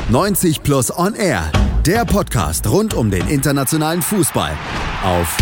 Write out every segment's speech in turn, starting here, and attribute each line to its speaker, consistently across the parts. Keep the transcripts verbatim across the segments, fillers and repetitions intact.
Speaker 1: neunzig Plus On Air, der Podcast rund um den internationalen Fußball auf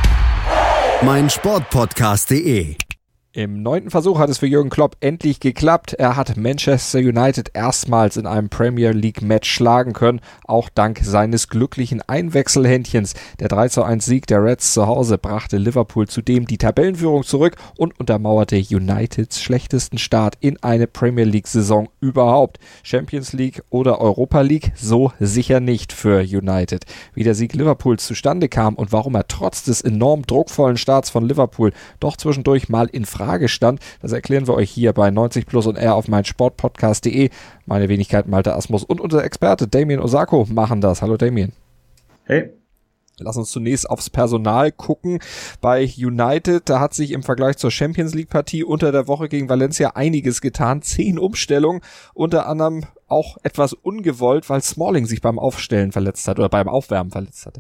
Speaker 1: meinsportpodcast punkt de.
Speaker 2: Im neunten Versuch hat es für Jürgen Klopp endlich geklappt. Er hat Manchester United erstmals in einem Premier League Match schlagen können, auch dank seines glücklichen Einwechselhändchens. Der drei zu eins Sieg der Reds zu Hause brachte Liverpool zudem die Tabellenführung zurück und untermauerte Uniteds schlechtesten Start in eine Premier League Saison überhaupt. Champions League oder Europa League? So sicher nicht für United. Wie der Sieg Liverpools zustande kam und warum er trotz des enorm druckvollen Starts von Liverpool doch zwischendurch mal in Frage stand, das erklären wir euch hier bei neunzig Plus und R auf meinsportpodcast punkt de. Meine Wenigkeit Malte Asmus und unser Experte Damien Osako machen das. Hallo Damien.
Speaker 3: Hey.
Speaker 2: Lass uns zunächst aufs Personal gucken. Bei United, da hat sich im Vergleich zur Champions League Partie unter der Woche gegen Valencia einiges getan. Zehn Umstellungen, unter anderem auch etwas ungewollt, weil Smalling sich beim Aufstellen verletzt hat oder beim Aufwärmen verletzt hatte.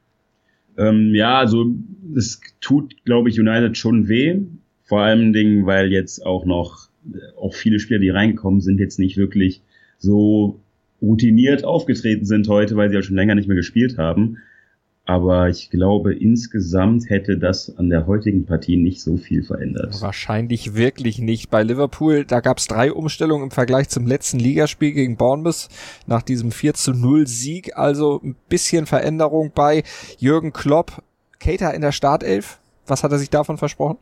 Speaker 3: Ähm, ja, also es tut, glaube ich, United schon weh. Vor allem Dingen, weil jetzt auch noch auch viele Spieler, die reinkommen, sind jetzt nicht wirklich so routiniert aufgetreten sind heute, weil sie ja schon länger nicht mehr gespielt haben. Aber ich glaube, insgesamt hätte das an der heutigen Partie nicht so viel verändert.
Speaker 2: Wahrscheinlich wirklich nicht. Bei Liverpool, da gab es drei Umstellungen im Vergleich zum letzten Ligaspiel gegen Bournemouth nach diesem vier zu null Sieg. Also ein bisschen Veränderung bei Jürgen Klopp. Keita in der Startelf, was hat er sich davon versprochen?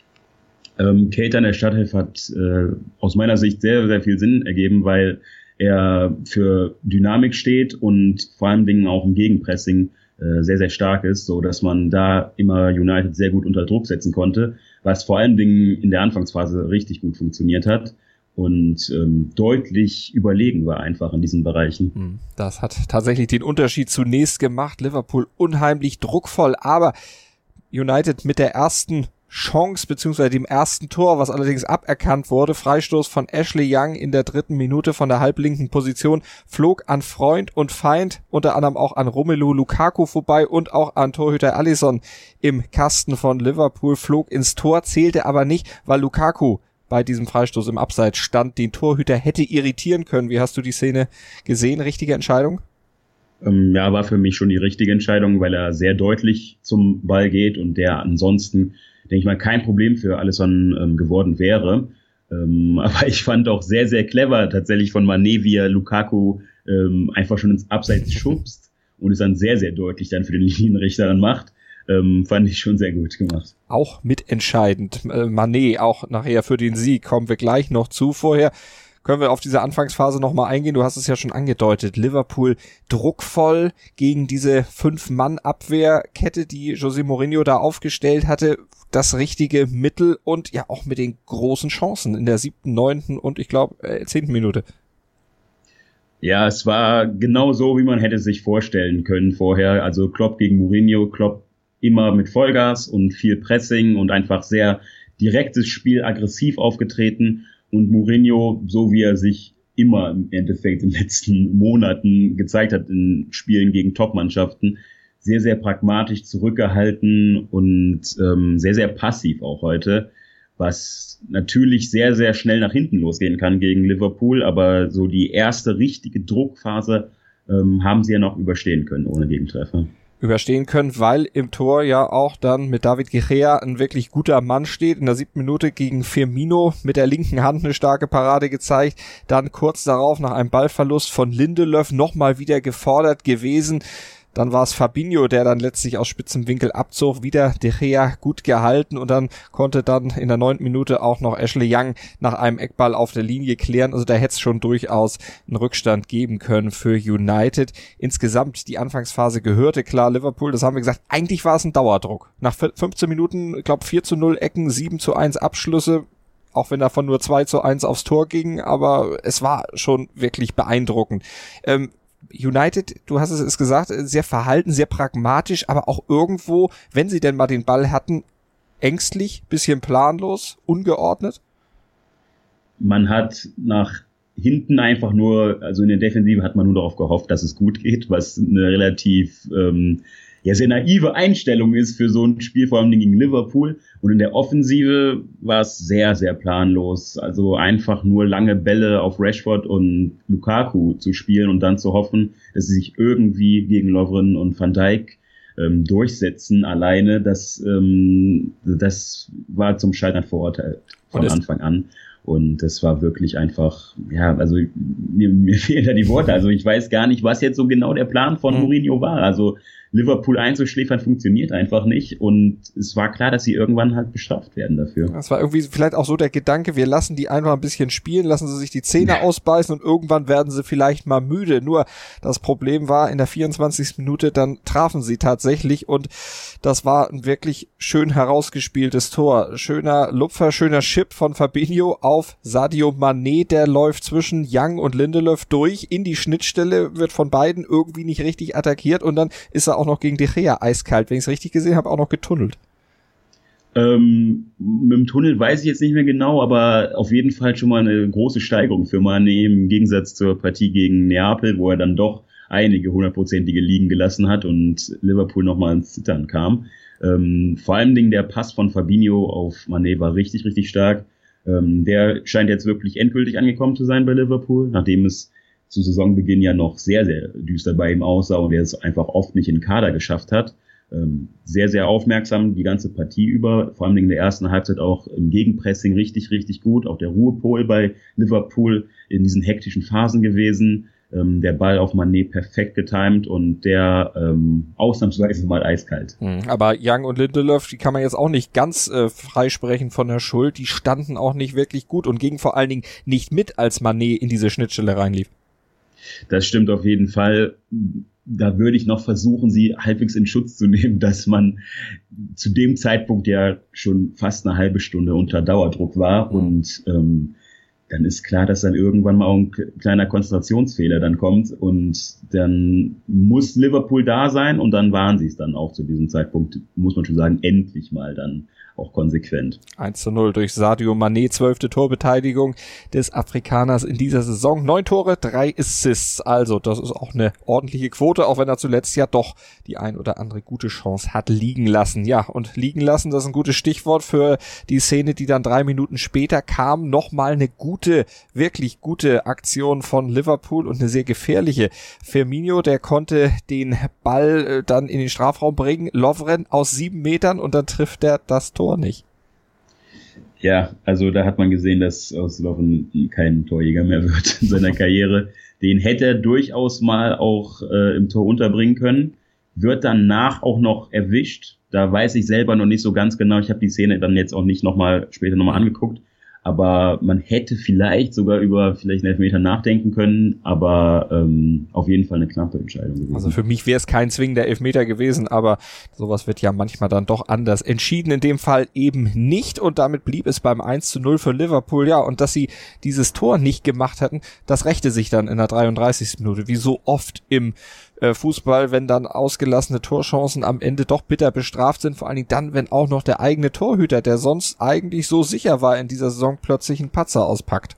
Speaker 3: Ähm, Keita in der Startelf hat äh, aus meiner Sicht sehr, sehr viel Sinn ergeben, weil er für Dynamik steht und vor allen Dingen auch im Gegenpressing äh, sehr, sehr stark ist, so dass man da immer United sehr gut unter Druck setzen konnte, was vor allen Dingen in der Anfangsphase richtig gut funktioniert hat und ähm, deutlich überlegen war einfach in diesen Bereichen.
Speaker 2: Das hat tatsächlich den Unterschied zunächst gemacht. Liverpool unheimlich druckvoll, aber United mit der ersten Chance beziehungsweise dem ersten Tor, was allerdings aberkannt wurde. Freistoß von Ashley Young in der dritten Minute von der halblinken Position, flog an Freund und Feind, unter anderem auch an Romelu Lukaku vorbei und auch an Torhüter Alisson im Kasten von Liverpool, flog ins Tor, zählte aber nicht, weil Lukaku bei diesem Freistoß im Abseits stand, den Torhüter hätte irritieren können. Wie hast du die Szene gesehen? Richtige Entscheidung?
Speaker 3: Ähm, ja, war für mich schon die richtige Entscheidung, weil er sehr deutlich zum Ball geht und der ansonsten, denke ich mal, kein Problem für Alisson ähm, geworden wäre. Ähm, aber ich fand auch sehr, sehr clever tatsächlich von Mané, wie er Lukaku ähm, einfach schon ins Abseits schubst und es dann sehr, sehr deutlich dann für den Linienrichter dann macht. Ähm, fand ich schon sehr gut gemacht.
Speaker 2: Auch mitentscheidend. Äh, Mané auch nachher für den Sieg, kommen wir gleich noch zu. Vorher können wir auf diese Anfangsphase nochmal eingehen. Du hast es ja schon angedeutet. Liverpool druckvoll gegen diese Fünf-Mann-Abwehrkette, die José Mourinho da aufgestellt hatte. Das richtige Mittel und ja auch mit den großen Chancen in der siebten, neunten und ich glaube äh, zehnten Minute.
Speaker 3: Ja, es war genau so, wie man hätte sich vorstellen können vorher. Also Klopp gegen Mourinho, Klopp immer mit Vollgas und viel Pressing und einfach sehr direktes Spiel, aggressiv aufgetreten. Und Mourinho, so wie er sich immer im Endeffekt in den letzten Monaten gezeigt hat in Spielen gegen Top-Mannschaften, sehr, sehr pragmatisch zurückgehalten und ähm, sehr, sehr passiv auch heute, was natürlich sehr, sehr schnell nach hinten losgehen kann gegen Liverpool, aber so die erste richtige Druckphase ähm, haben sie ja noch überstehen können ohne Gegentreffer.
Speaker 2: Überstehen können, weil im Tor ja auch dann mit David Gea ein wirklich guter Mann steht. In der siebten Minute gegen Firmino mit der linken Hand eine starke Parade gezeigt. Dann kurz darauf nach einem Ballverlust von Lindelöf nochmal wieder gefordert gewesen. Dann war es Fabinho, der dann letztlich aus spitzem Winkel abzog, wieder De Gea gut gehalten und dann konnte dann in der neunten Minute auch noch Ashley Young nach einem Eckball auf der Linie klären. Also da hätte es schon durchaus einen Rückstand geben können für United. Insgesamt die Anfangsphase gehörte klar Liverpool, das haben wir gesagt, eigentlich war es ein Dauerdruck. Nach fünfzehn Minuten, ich glaube vier zu null Ecken, sieben zu eins Abschlüsse, auch wenn davon nur zwei zu eins aufs Tor ging, aber es war schon wirklich beeindruckend. Ähm, United, du hast es gesagt, sehr verhalten, sehr pragmatisch, aber auch irgendwo, wenn sie denn mal den Ball hatten, ängstlich, bisschen planlos, ungeordnet?
Speaker 3: Man hat nach hinten einfach nur, also in der Defensive hat man nur darauf gehofft, dass es gut geht, was eine relativ ähm, ja sehr naive Einstellung ist für so ein Spiel, vor allem gegen Liverpool. Und in der Offensive war es sehr, sehr planlos. Also einfach nur lange Bälle auf Rashford und Lukaku zu spielen und dann zu hoffen, dass sie sich irgendwie gegen Lovren und Van Dijk ähm, durchsetzen alleine. Das, ähm, das war zum Scheitern verurteilt von Anfang an. Und das war wirklich einfach, ja, also mir, mir fehlen da die Worte. Also ich weiß gar nicht, was jetzt so genau der Plan von mhm. Mourinho war. Also Liverpool einzuschläfern funktioniert einfach nicht und es war klar, dass sie irgendwann halt bestraft werden dafür.
Speaker 2: Das war irgendwie vielleicht auch so der Gedanke, wir lassen die einfach ein bisschen spielen, lassen sie sich die Zähne ja. ausbeißen und irgendwann werden sie vielleicht mal müde. Nur das Problem war, in der vierundzwanzigsten Minute dann trafen sie tatsächlich und das war ein wirklich schön herausgespieltes Tor. Schöner Lupfer, schöner Chip von Fabinho auf Sadio Mané, der läuft zwischen Young und Lindelöf durch in die Schnittstelle, wird von beiden irgendwie nicht richtig attackiert und dann ist er auch noch gegen De Gea eiskalt, wenn ich es richtig gesehen habe, auch noch getunnelt.
Speaker 3: Ähm, mit dem Tunnel weiß ich jetzt nicht mehr genau, aber auf jeden Fall schon mal eine große Steigerung für Mané im Gegensatz zur Partie gegen Neapel, wo er dann doch einige hundertprozentige liegen gelassen hat und Liverpool nochmal ins Zittern kam. Ähm, vor allen Dingen der Pass von Fabinho auf Mané war richtig, richtig stark. Ähm, der scheint jetzt wirklich endgültig angekommen zu sein bei Liverpool, nachdem es zu Saisonbeginn ja noch sehr, sehr düster bei ihm aussah und er es einfach oft nicht in den Kader geschafft hat. Ähm, sehr, sehr aufmerksam die ganze Partie über, vor allem in der ersten Halbzeit auch im Gegenpressing richtig, richtig gut. Auch der Ruhepol bei Liverpool in diesen hektischen Phasen gewesen. Ähm, der Ball auf Mané perfekt getimed und der ähm, ausnahmsweise mal eiskalt.
Speaker 2: Aber Young und Lindelöf, die kann man jetzt auch nicht ganz äh, freisprechen von der Schuld. Die standen auch nicht wirklich gut und gingen vor allen Dingen nicht mit, als Mané in diese Schnittstelle reinlief.
Speaker 3: Das stimmt auf jeden Fall. Da würde ich noch versuchen, sie halbwegs in Schutz zu nehmen, dass man zu dem Zeitpunkt ja schon fast eine halbe Stunde unter Dauerdruck war. Mhm. Und ähm, dann ist klar, dass dann irgendwann mal auch ein kleiner Konzentrationsfehler dann kommt. Und dann muss Liverpool da sein. Und dann waren sie es dann auch zu diesem Zeitpunkt, muss man schon sagen, endlich mal dann auch konsequent.
Speaker 2: eins zu null durch Sadio Mané, zwölfte Torbeteiligung des Afrikaners in dieser Saison. Neun Tore, drei Assists. Also das ist auch eine ordentliche Quote, auch wenn er zuletzt ja doch die ein oder andere gute Chance hat liegen lassen. Ja, und liegen lassen, das ist ein gutes Stichwort für die Szene, die dann drei Minuten später kam. Nochmal eine gute, wirklich gute Aktion von Liverpool und eine sehr gefährliche. Firmino, der konnte den Ball äh, dann in den Strafraum bringen. Lovren aus sieben Metern und dann trifft er das Tor nicht.
Speaker 3: Ja, also da hat man gesehen, dass aus Lovren kein Torjäger mehr wird in seiner Karriere. Den hätte er durchaus mal auch äh, im Tor unterbringen können. Wird danach auch noch erwischt. Da weiß ich selber noch nicht so ganz genau. Ich habe die Szene dann jetzt auch nicht noch mal später nochmal angeguckt. Aber man hätte vielleicht sogar über vielleicht einen Elfmeter nachdenken können, aber ähm, auf jeden Fall eine knappe Entscheidung gewesen.
Speaker 2: Also für mich wäre es kein zwingender Elfmeter gewesen, aber sowas wird ja manchmal dann doch anders entschieden. In dem Fall eben nicht und damit blieb es beim eins zu null für Liverpool. Ja, und dass sie dieses Tor nicht gemacht hatten, das rächte sich dann in der dreiunddreißigsten Minute, wie so oft im Fußball, wenn dann ausgelassene Torchancen am Ende doch bitter bestraft sind, vor allen Dingen dann, wenn auch noch der eigene Torhüter, der sonst eigentlich so sicher war in dieser Saison, plötzlich einen Patzer auspackt.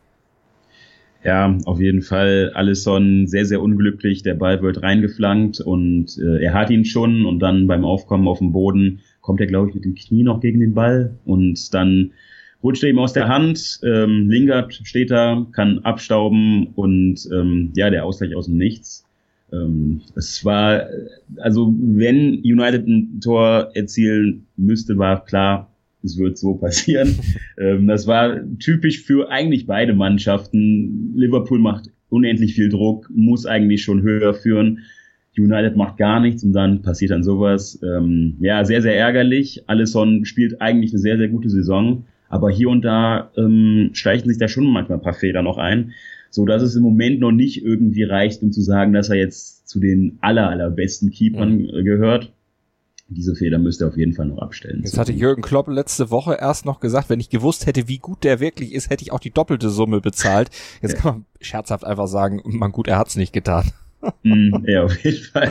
Speaker 3: Ja, auf jeden Fall Alisson sehr, sehr unglücklich, der Ball wird reingeflankt und äh, er hat ihn schon und dann beim Aufkommen auf den Boden kommt er, glaube ich, mit dem Knie noch gegen den Ball und dann rutscht er ihm aus der Hand, ähm, Lingard steht da, kann abstauben und ähm, ja, der Ausgleich aus dem Nichts. Es war, also wenn United ein Tor erzielen müsste, war klar, es wird so passieren. Das war typisch für eigentlich beide Mannschaften. Liverpool macht unendlich viel Druck, muss eigentlich schon höher führen. United macht gar nichts und dann passiert dann sowas. Ja, sehr, sehr ärgerlich. Alisson spielt eigentlich eine sehr, sehr gute Saison, aber hier und da schleichen sich da schon manchmal ein paar Fehler noch ein, so dass es im Moment noch nicht irgendwie reicht, um zu sagen, dass er jetzt zu den aller, allerbesten Keepern mhm. gehört. Diese Fehler müsste er auf jeden Fall noch abstellen.
Speaker 2: Jetzt hatte Jürgen Klopp letzte Woche erst noch gesagt, wenn ich gewusst hätte, wie gut der wirklich ist, hätte ich auch die doppelte Summe bezahlt. Jetzt ja. kann man scherzhaft einfach sagen, man gut, er hat's nicht getan.
Speaker 3: mm, ja, auf jeden Fall.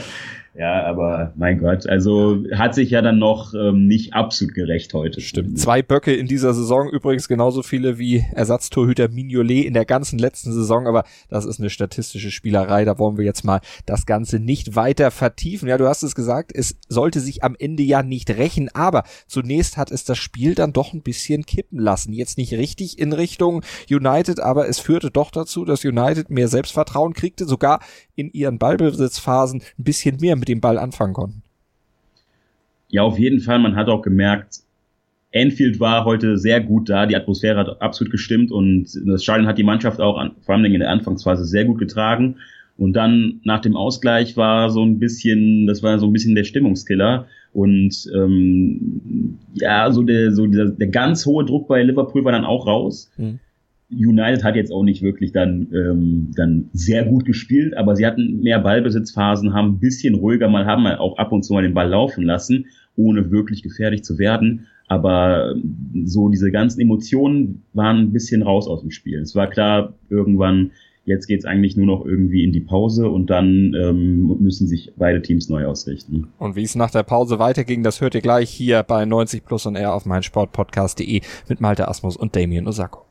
Speaker 3: Ja, aber mein Gott, also hat sich ja dann noch ähm, nicht absolut gerecht heute.
Speaker 2: Stimmt. Zwei Böcke in dieser Saison, übrigens genauso viele wie Ersatztorhüter Mignolet in der ganzen letzten Saison, aber das ist eine statistische Spielerei, da wollen wir jetzt mal das Ganze nicht weiter vertiefen. Ja, du hast es gesagt, es sollte sich am Ende ja nicht rächen, aber zunächst hat es das Spiel dann doch ein bisschen kippen lassen. Jetzt nicht richtig in Richtung United, aber es führte doch dazu, dass United mehr Selbstvertrauen kriegte, sogar in ihren Ballbesitzphasen ein bisschen mehr mit dem Ball anfangen konnten.
Speaker 3: Ja, auf jeden Fall. Man hat auch gemerkt, Anfield war heute sehr gut da. Die Atmosphäre hat absolut gestimmt und das Stadion hat die Mannschaft auch an, vor allem in der Anfangsphase sehr gut getragen. Und dann nach dem Ausgleich war so ein bisschen, das war so ein bisschen der Stimmungskiller. Und ähm, ja, so der so der, der ganz hohe Druck bei Liverpool war dann auch raus. Mhm. United hat jetzt auch nicht wirklich dann ähm, dann sehr gut gespielt, aber sie hatten mehr Ballbesitzphasen, haben ein bisschen ruhiger, mal haben mal auch ab und zu mal den Ball laufen lassen, ohne wirklich gefährlich zu werden. Aber so diese ganzen Emotionen waren ein bisschen raus aus dem Spiel. Es war klar, irgendwann, jetzt geht's eigentlich nur noch irgendwie in die Pause und dann ähm, müssen sich beide Teams neu ausrichten.
Speaker 2: Und wie es nach der Pause weiterging, das hört ihr gleich hier bei neunzig Plus on Air auf meinsportpodcast punkt de mit Malte Asmus und Damien Osako.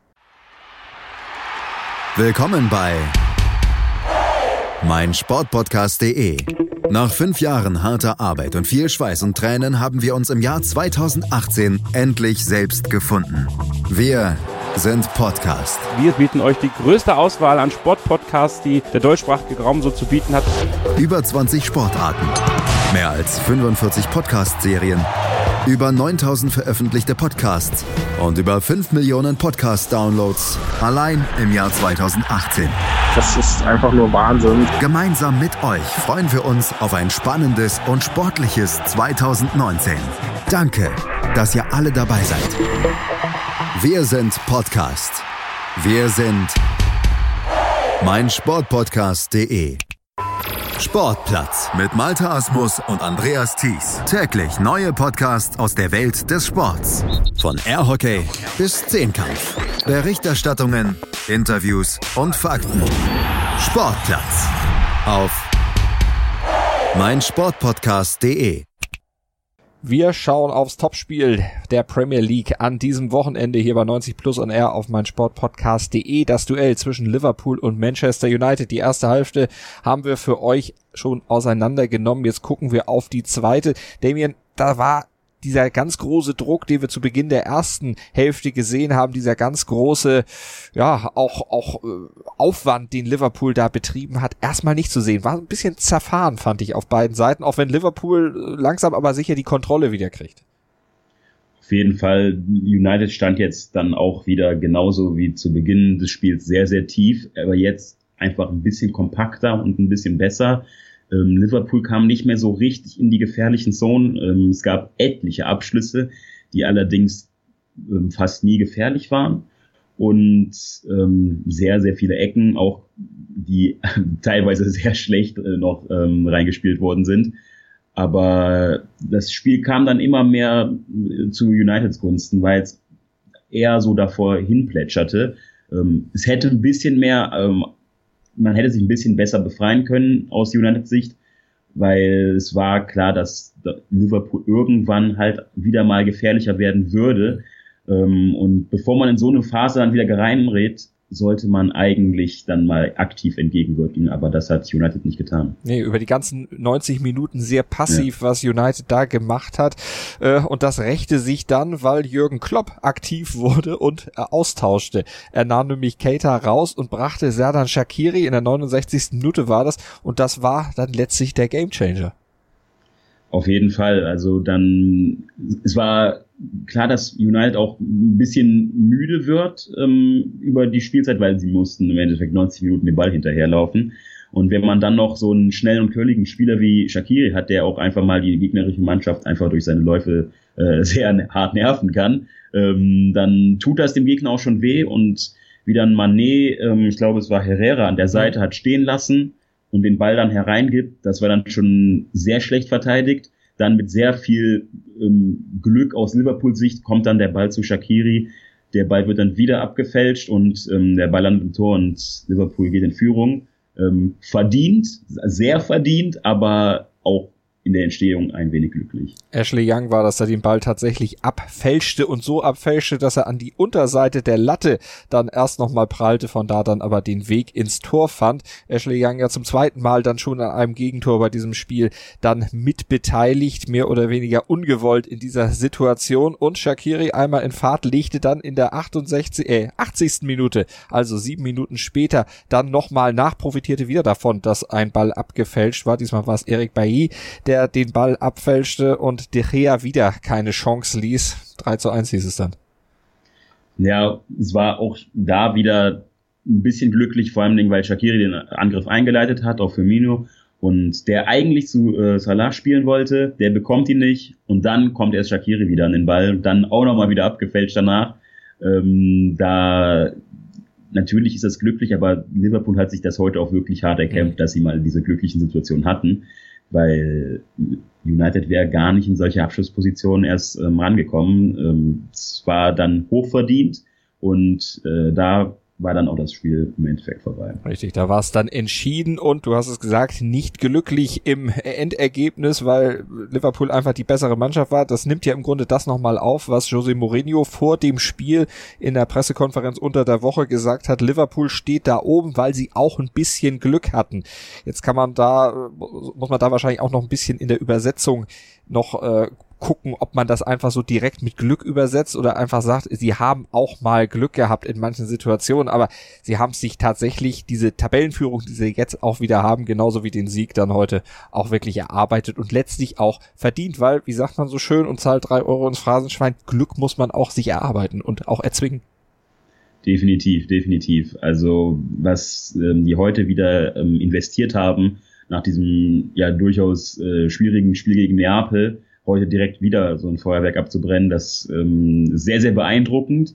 Speaker 1: Willkommen bei meinsportpodcast punkt de. Nach fünf Jahren harter Arbeit und viel Schweiß und Tränen haben wir uns im Jahr zweitausendachtzehn endlich selbst gefunden. Wir sind Podcast.
Speaker 4: Wir bieten euch die größte Auswahl an Sportpodcasts, die der deutschsprachige Raum so zu bieten hat.
Speaker 1: Über zwanzig Sportarten, mehr als fünfundvierzig Podcast-Serien, über neuntausend veröffentlichte Podcasts und über fünf Millionen Podcast-Downloads allein im Jahr zweitausendachtzehn.
Speaker 5: Das ist einfach nur Wahnsinn.
Speaker 1: Gemeinsam mit euch freuen wir uns auf ein spannendes und sportliches zweitausendneunzehn. Danke, dass ihr alle dabei seid. Wir sind Podcast. Wir sind meinsportpodcast punkt de. Sportplatz mit Malte Asmus und Andreas Thies. Täglich neue Podcasts aus der Welt des Sports. Von Airhockey bis Zehnkampf. Berichterstattungen, Interviews und Fakten. Sportplatz auf meinsportpodcast punkt de.
Speaker 2: Wir schauen aufs Topspiel der Premier League an diesem Wochenende hier bei neunzig Plus on Air auf meinsportpodcast punkt de. Das Duell zwischen Liverpool und Manchester United. Die erste Hälfte haben wir für euch schon auseinandergenommen. Jetzt gucken wir auf die zweite. Damien, da war dieser ganz große Druck, den wir zu Beginn der ersten Hälfte gesehen haben, dieser ganz große, ja, auch auch Aufwand, den Liverpool da betrieben hat, erstmal nicht zu sehen. War ein bisschen zerfahren, fand ich, auf beiden Seiten, auch wenn Liverpool langsam aber sicher die Kontrolle wieder kriegt.
Speaker 3: Auf jeden Fall, United stand jetzt dann auch wieder genauso wie zu Beginn des Spiels sehr, sehr tief, aber jetzt einfach ein bisschen kompakter und ein bisschen besser. Ähm, Liverpool kam nicht mehr so richtig in die gefährlichen Zonen. Ähm, es gab etliche Abschlüsse, die allerdings ähm, fast nie gefährlich waren. Und ähm, sehr, sehr viele Ecken, auch die teilweise sehr schlecht äh, noch ähm, reingespielt worden sind. Aber das Spiel kam dann immer mehr äh, zu Uniteds Gunsten, weil es eher so davor hinplätscherte. Ähm, es hätte ein bisschen mehr... Ähm, Man hätte sich ein bisschen besser befreien können aus Uniteds Sicht, weil es war klar, dass Liverpool irgendwann halt wieder mal gefährlicher werden würde. Und bevor man in so eine Phase dann wieder reinrät, sollte man eigentlich dann mal aktiv entgegenwirken, aber das hat United nicht getan.
Speaker 2: Nee, über die ganzen neunzig Minuten sehr passiv, ja, was United da gemacht hat. Und das rächte sich dann, weil Jürgen Klopp aktiv wurde und austauschte. Er nahm nämlich Keita raus und brachte Xherdan Shaqiri, in der neunundsechzigsten Minute war das, und das war dann letztlich der Gamechanger.
Speaker 3: Auf jeden Fall, also dann, es war klar, dass United auch ein bisschen müde wird ähm, über die Spielzeit, weil sie mussten im Endeffekt neunzig Minuten den Ball hinterherlaufen. Und wenn man dann noch so einen schnellen und curligen Spieler wie Shaqiri hat, der auch einfach mal die gegnerische Mannschaft einfach durch seine Läufe äh, sehr hart nerven kann, ähm, dann tut das dem Gegner auch schon weh. Und wie dann Mané, ähm, ich glaube es war Herrera an der Seite, hat stehen lassen und den Ball dann hereingibt, das war dann schon sehr schlecht verteidigt. Dann mit sehr viel ähm, Glück aus Liverpools Sicht kommt dann der Ball zu Shaqiri. Der Ball wird dann wieder abgefälscht und ähm, der Ball landet im Tor und Liverpool geht in Führung. Ähm, verdient, sehr verdient, aber auch in der Entstehung ein wenig glücklich.
Speaker 2: Ashley Young war, dass er den Ball tatsächlich abfälschte und so abfälschte, dass er an die Unterseite der Latte dann erst nochmal prallte, von da dann aber den Weg ins Tor fand. Ashley Young ja zum zweiten Mal dann schon an einem Gegentor bei diesem Spiel dann mitbeteiligt, mehr oder weniger ungewollt in dieser Situation, und Shaqiri einmal in Fahrt, legte dann in der achtundsechzigsten Äh, achtzigsten Minute, also sieben Minuten später, dann nochmal nach, profitierte wieder davon, dass ein Ball abgefälscht war. Diesmal war es Eric Bailly, der den Ball abfälschte und De Gea wieder keine Chance ließ. drei zu eins hieß es dann.
Speaker 3: Ja, es war auch da wieder ein bisschen glücklich, vor allem, weil Shaqiri den Angriff eingeleitet hat auf Firmino und der eigentlich zu äh, Salah spielen wollte, der bekommt ihn nicht und dann kommt erst Shaqiri wieder an den Ball und dann auch nochmal wieder abgefälscht danach. Ähm, da natürlich ist das glücklich, aber Liverpool hat sich das heute auch wirklich hart erkämpft, dass sie mal diese glücklichen Situationen hatten, weil United wäre gar nicht in solche Abschlusspositionen erst ähm, rangekommen. Ähm, es war dann hochverdient und äh, da war dann auch das Spiel im Endeffekt vorbei.
Speaker 2: Richtig, da war es dann entschieden und du hast es gesagt, nicht glücklich im Endergebnis, weil Liverpool einfach die bessere Mannschaft war. Das nimmt ja im Grunde das nochmal auf, was José Mourinho vor dem Spiel in der Pressekonferenz unter der Woche gesagt hat. Liverpool steht da oben, weil sie auch ein bisschen Glück hatten. Jetzt kann man da, muss man da wahrscheinlich auch noch ein bisschen in der Übersetzung noch äh, gucken, ob man das einfach so direkt mit Glück übersetzt oder einfach sagt, sie haben auch mal Glück gehabt in manchen Situationen, aber sie haben sich tatsächlich diese Tabellenführung, die sie jetzt auch wieder haben, genauso wie den Sieg dann heute auch wirklich erarbeitet und letztlich auch verdient, weil, wie sagt man so schön und zahlt drei Euro ins Phrasenschwein, Glück muss man auch sich erarbeiten und auch erzwingen.
Speaker 3: Definitiv, definitiv. Also was ähm, die heute wieder ähm, investiert haben, nach diesem ja durchaus äh, schwierigen Spiel gegen Neapel, heute direkt wieder so ein Feuerwerk abzubrennen, das ähm, ist sehr, sehr beeindruckend.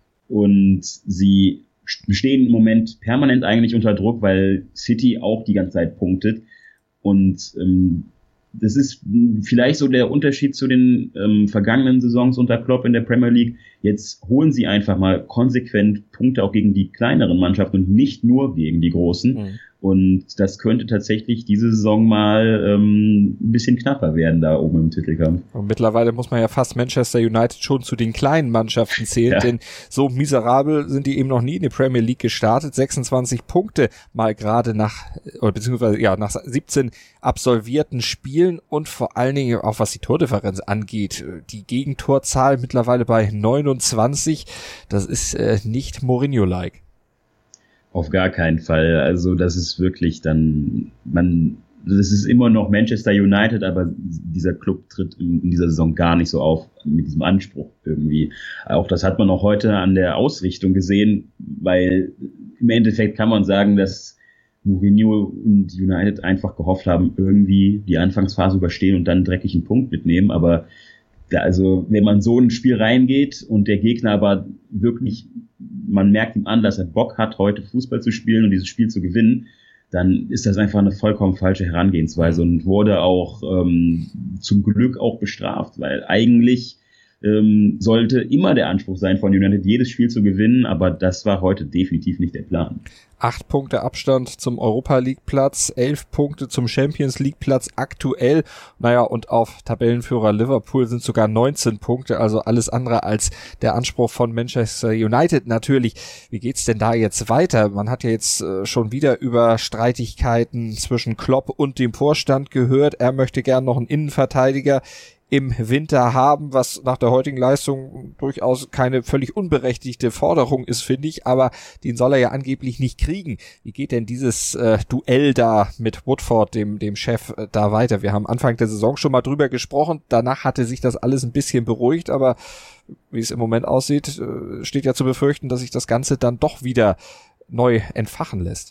Speaker 3: Und sie stehen im Moment permanent eigentlich unter Druck, weil City auch die ganze Zeit punktet. Und ähm, das ist vielleicht so der Unterschied zu den ähm, vergangenen Saisons unter Klopp in der Premier League. Jetzt holen sie einfach mal konsequent Punkte auch gegen die kleineren Mannschaften und nicht nur gegen die großen. Mhm. Und das könnte tatsächlich diese Saison mal ähm, ein bisschen knapper werden da oben im Titelkampf.
Speaker 2: Und mittlerweile muss man ja fast Manchester United schon zu den kleinen Mannschaften zählen, ja. Denn so miserabel sind die eben noch nie in die Premier League gestartet. sechsundzwanzig Punkte mal gerade nach, oder beziehungsweise ja nach siebzehn absolvierten Spielen und vor allen Dingen auch was die Tordifferenz angeht. Die Gegentorzahl mittlerweile bei neunundzwanzig. Das ist äh, nicht Mourinho-like.
Speaker 3: Auf gar keinen Fall. Also das ist wirklich dann, man, das ist immer noch Manchester United, aber dieser Club tritt in, in dieser Saison gar nicht so auf mit diesem Anspruch irgendwie. Auch das hat man auch heute an der Ausrichtung gesehen, weil im Endeffekt kann man sagen, dass Mourinho und United einfach gehofft haben, irgendwie die Anfangsphase überstehen und dann einen dreckigen Punkt mitnehmen, aber da, also wenn man so ein Spiel reingeht und der Gegner aber wirklich, man merkt ihm an, dass er Bock hat, heute Fußball zu spielen und dieses Spiel zu gewinnen, dann ist das einfach eine vollkommen falsche Herangehensweise und wurde auch ähm, zum Glück auch bestraft, weil eigentlich ähm, sollte immer der Anspruch sein von United, jedes Spiel zu gewinnen, aber das war heute definitiv nicht der Plan.
Speaker 2: Acht Punkte Abstand zum Europa-League-Platz, elf Punkte zum Champions-League-Platz aktuell. Naja, und auf Tabellenführer Liverpool sind sogar neunzehn Punkte, also alles andere als der Anspruch von Manchester United natürlich. Wie geht's denn da jetzt weiter? Man hat ja jetzt äh, schon wieder über Streitigkeiten zwischen Klopp und dem Vorstand gehört. Er möchte gern noch einen Innenverteidiger im Winter haben, was nach der heutigen Leistung durchaus keine völlig unberechtigte Forderung ist, finde ich, aber den soll er ja angeblich nicht kriegen. Wie geht denn dieses äh, Duell da mit Woodford, dem dem Chef, äh, da weiter? Wir haben Anfang der Saison schon mal drüber gesprochen, danach hatte sich das alles ein bisschen beruhigt, aber wie es im Moment aussieht, äh, steht ja zu befürchten, dass sich das Ganze dann doch wieder neu entfachen lässt.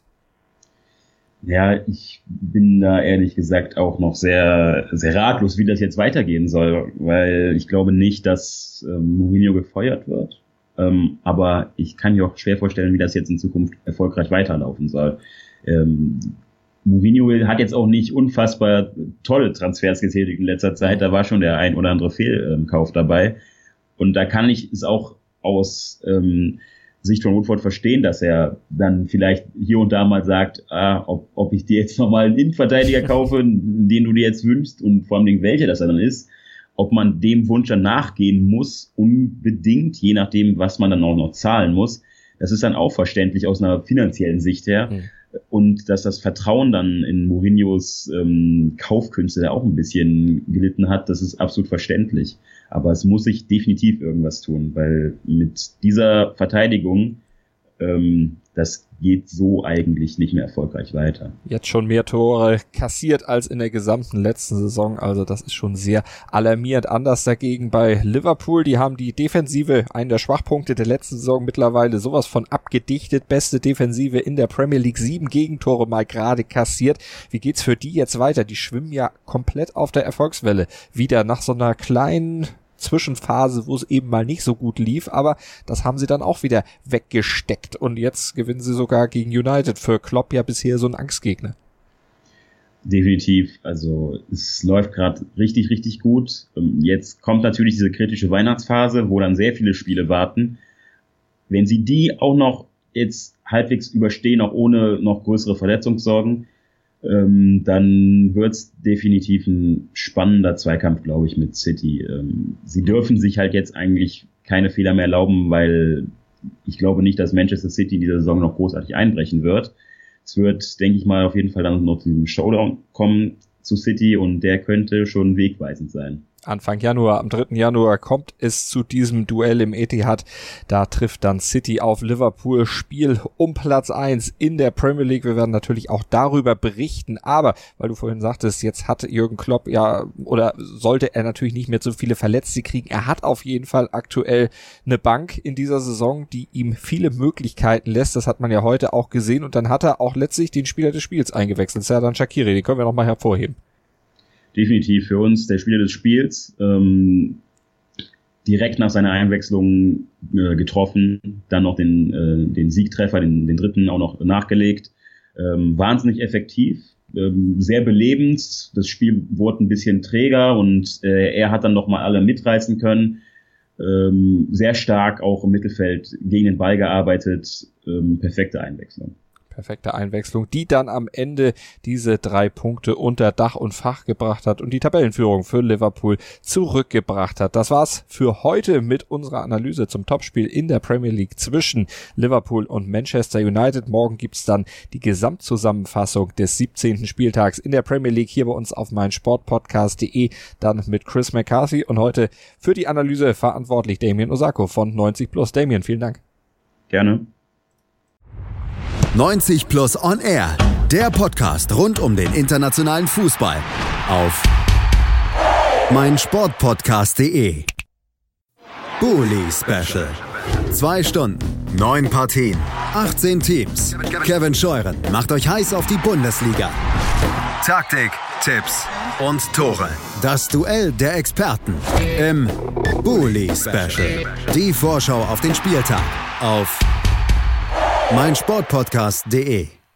Speaker 3: Ja, ich bin da ehrlich gesagt auch noch sehr, sehr ratlos, wie das jetzt weitergehen soll, weil ich glaube nicht, dass ähm, Mourinho gefeuert wird. Ähm, aber ich kann mir auch schwer vorstellen, wie das jetzt in Zukunft erfolgreich weiterlaufen soll. Ähm, Mourinho hat jetzt auch nicht unfassbar tolle Transfers getätigt in letzter Zeit. Da war schon der ein oder andere Fehlkauf dabei. Und da kann ich es auch aus ähm, Sicht von Woodward verstehen, dass er dann vielleicht hier und da mal sagt, ah, ob, ob ich dir jetzt nochmal einen Innenverteidiger kaufe, den du dir jetzt wünschst und vor allem welcher das dann ist, ob man dem Wunsch dann nachgehen muss, unbedingt, je nachdem, was man dann auch noch zahlen muss. Das ist dann auch verständlich aus einer finanziellen Sicht her. Mhm. Und dass das Vertrauen dann in Mourinhos ähm, Kaufkünste da auch ein bisschen gelitten hat, das ist absolut verständlich. Aber es muss sich definitiv irgendwas tun, weil mit dieser Verteidigung, ähm, das geht so eigentlich nicht mehr erfolgreich weiter.
Speaker 2: Jetzt schon mehr Tore kassiert als in der gesamten letzten Saison, also das ist schon sehr alarmierend. Anders dagegen bei Liverpool, die haben die Defensive, einen der Schwachpunkte der letzten Saison, mittlerweile sowas von abgedichtet, beste Defensive in der Premier League, sieben Gegentore mal gerade kassiert. Wie geht's für die jetzt weiter? Die schwimmen ja komplett auf der Erfolgswelle, wieder nach so einer kleinen Zwischenphase, wo es eben mal nicht so gut lief, aber das haben sie dann auch wieder weggesteckt und jetzt gewinnen sie sogar gegen United, für Klopp ja bisher so ein Angstgegner.
Speaker 3: Definitiv, also es läuft gerade richtig, richtig gut. Jetzt kommt natürlich diese kritische Weihnachtsphase, wo dann sehr viele Spiele warten. Wenn sie die auch noch jetzt halbwegs überstehen, auch ohne noch größere Verletzungssorgen, Ähm, dann wird's definitiv ein spannender Zweikampf, glaube ich, mit City. Ähm, sie dürfen sich halt jetzt eigentlich keine Fehler mehr erlauben, weil ich glaube nicht, dass Manchester City in dieser Saison noch großartig einbrechen wird. Es wird, denke ich mal, auf jeden Fall dann noch zu diesem Showdown kommen zu City und der könnte schon wegweisend sein.
Speaker 2: Anfang Januar, am dritten Januar kommt es zu diesem Duell im Etihad. Da trifft dann City auf Liverpool, Spiel um Platz eins in der Premier League. Wir werden natürlich auch darüber berichten, aber weil du vorhin sagtest, jetzt hat Jürgen Klopp ja, oder sollte er natürlich nicht mehr so viele Verletzte kriegen. Er hat auf jeden Fall aktuell eine Bank in dieser Saison, die ihm viele Möglichkeiten lässt. Das hat man ja heute auch gesehen und dann hat er auch letztlich den Spieler des Spiels eingewechselt, Xherdan Shaqiri. Den können wir nochmal hervorheben.
Speaker 3: Definitiv für uns der Spieler des Spiels, ähm, direkt nach seiner Einwechslung äh, getroffen, dann noch den, äh, den Siegtreffer, den, den dritten auch noch nachgelegt. Ähm, wahnsinnig effektiv, ähm, sehr belebend, das Spiel wurde ein bisschen träger und äh, er hat dann noch mal alle mitreißen können. Ähm, sehr stark auch im Mittelfeld gegen den Ball gearbeitet, ähm, perfekte Einwechslung.
Speaker 2: Perfekte Einwechslung, die dann am Ende diese drei Punkte unter Dach und Fach gebracht hat und die Tabellenführung für Liverpool zurückgebracht hat. Das war's für heute mit unserer Analyse zum Topspiel in der Premier League zwischen Liverpool und Manchester United. Morgen gibt's dann die Gesamtzusammenfassung des siebzehnten Spieltags in der Premier League hier bei uns auf meinsportpodcast punkt de, dann mit Chris McCarthy und heute für die Analyse verantwortlich Damien Osako von neunzig plus. Damien, vielen Dank.
Speaker 3: Gerne.
Speaker 1: neunzig plus on Air, der Podcast rund um den internationalen Fußball auf meinsportpodcast punkt de. Bully Special. Zwei Stunden, neun Partien, achtzehn Teams. Kevin Scheuren macht euch heiß auf die Bundesliga. Taktik, Tipps und Tore. Das Duell der Experten im Bully Special. Die Vorschau auf den Spieltag auf meinsportpodcast punkt de.